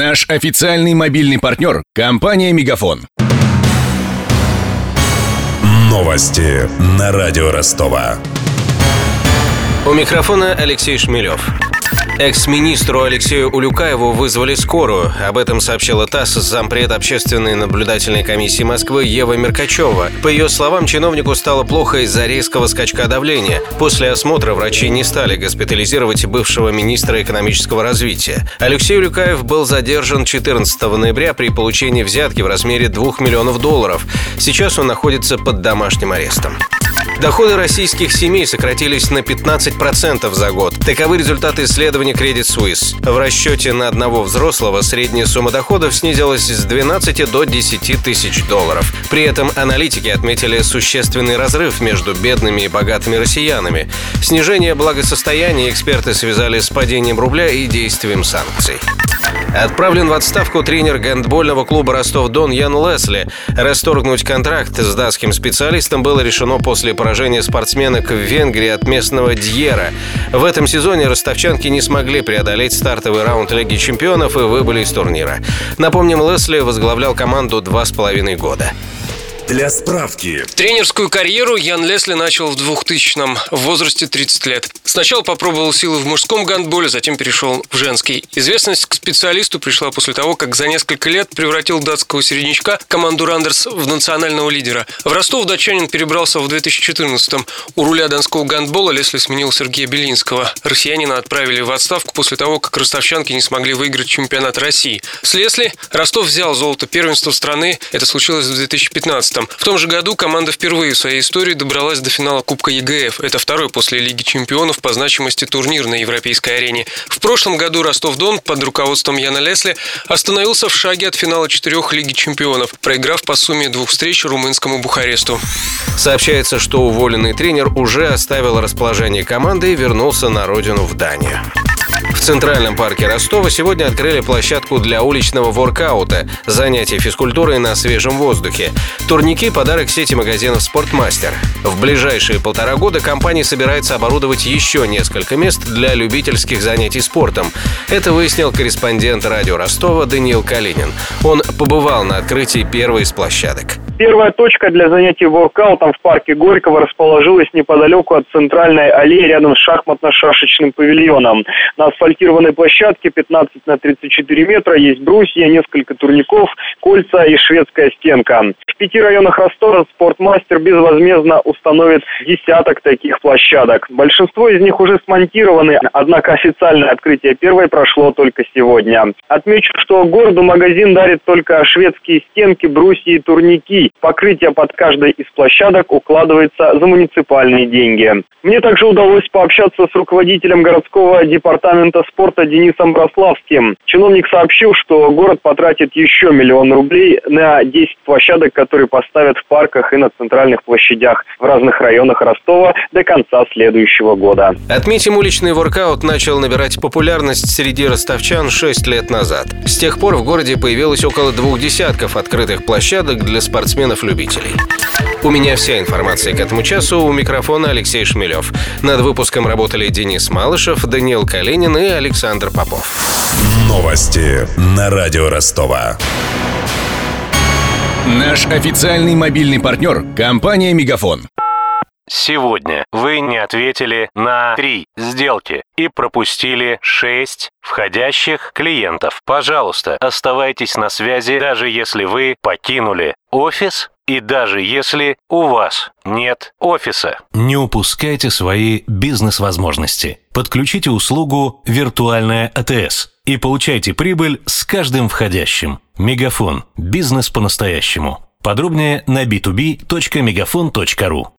Наш официальный мобильный партнер – компания «Мегафон». Новости на радио Ростова. У микрофона Алексей Шмелев. Экс-министру Алексею Улюкаеву вызвали скорую. Об этом сообщила ТАСС зампред Общественной наблюдательной комиссии Москвы Ева Меркачева. По ее словам, чиновнику стало плохо из-за резкого скачка давления. После осмотра врачи не стали госпитализировать бывшего министра экономического развития. Алексей Улюкаев был задержан 14 ноября при получении взятки в размере $2 миллионов. Сейчас он находится под домашним арестом. Доходы российских семей сократились на 15% за год. Таковы результаты исследования Credit Suisse. В расчете на одного взрослого средняя сумма доходов снизилась с 12 до 10 тысяч долларов. При этом аналитики отметили существенный разрыв между бедными и богатыми россиянами. Снижение благосостояния эксперты связали с падением рубля и действием санкций. Отправлен в отставку тренер гандбольного клуба «Ростов-Дон» Ян Лесли. Расторгнуть контракт с датским специалистом было решено после поражения спортсменок в Венгрии от местного Дьера. В этом сезоне ростовчанки не смогли преодолеть стартовый раунд Лиги чемпионов и выбыли из турнира. Напомним, Лесли возглавлял команду 2,5 года. Для справки. Тренерскую карьеру Ян Лесли начал в 2000-м, в возрасте 30 лет. Сначала попробовал силы в мужском гандболе, затем перешел в женский. Известность к специалисту пришла после того, как за несколько лет превратил датского середнячка, команду Рандерс, в национального лидера. В Ростов датчанин перебрался в 2014-м. У руля донского гандбола Лесли сменил Сергея Белинского. Россиянина отправили в отставку после того, как ростовчанки не смогли выиграть чемпионат России. С Лесли Ростов взял золото первенства страны. Это случилось в 2015-м. В том же году команда впервые в своей истории добралась до финала Кубка ЕГФ. Это второй после Лиги чемпионов по значимости турнир на европейской арене. В прошлом году Ростов-Дон под руководством Яна Лесли остановился в шаге от финала 4 Лиги чемпионов, проиграв по сумме 2 встреч румынскому Бухаресту. Сообщается, что уволенный тренер уже оставил расположение команды и вернулся на родину в Данию. В Центральном парке Ростова сегодня открыли площадку для уличного воркаута, занятий физкультурой на свежем воздухе. Турники – подарок сети магазинов «Спортмастер». В ближайшие 1,5 года компания собирается оборудовать еще несколько мест для любительских занятий спортом. Это выяснил корреспондент радио Ростова Даниил Калинин. Он побывал на открытии первой из площадок. Первая точка для занятий воркаутом в парке Горького расположилась неподалеку от центральной аллеи рядом с шахматно-шашечным павильоном. На асфальтированной площадке 15 на 34 метра есть брусья, несколько турников, кольца и шведская стенка. В 5 районах Ростова «Спортмастер» безвозмездно установит десяток таких площадок. Большинство из них уже смонтированы, однако официальное открытие первой прошло только сегодня. Отмечу, что городу магазин дарит только шведские стенки, брусья и турники. Покрытие под каждой из площадок укладывается за муниципальные деньги. Мне также удалось пообщаться с руководителем городского департамента спорта Денисом Брославским. Чиновник сообщил, что город потратит еще $1 миллион на 10 площадок, которые поставят в парках и на центральных площадях в разных районах Ростова до конца следующего года. Отметим, уличный воркаут начал набирать популярность среди ростовчан 6 лет назад. С тех пор в городе появилось около 2 десятков открытых площадок для спортсменов-любителей. У меня вся информация к этому часу. У микрофона Алексей Шмелев. Над выпуском работали Денис Малышев, Даниил Калинин и Александр Попов. Новости на радио Ростова. Наш официальный мобильный партнер – компания «Мегафон». Сегодня вы не ответили на 3 сделки и пропустили 6 входящих клиентов. Пожалуйста, оставайтесь на связи, даже если вы покинули офис и даже если у вас нет офиса. Не упускайте свои бизнес-возможности. Подключите услугу «Виртуальная АТС» и получайте прибыль с каждым входящим. Мегафон. Бизнес по-настоящему. Подробнее на b2b.megafon.ru.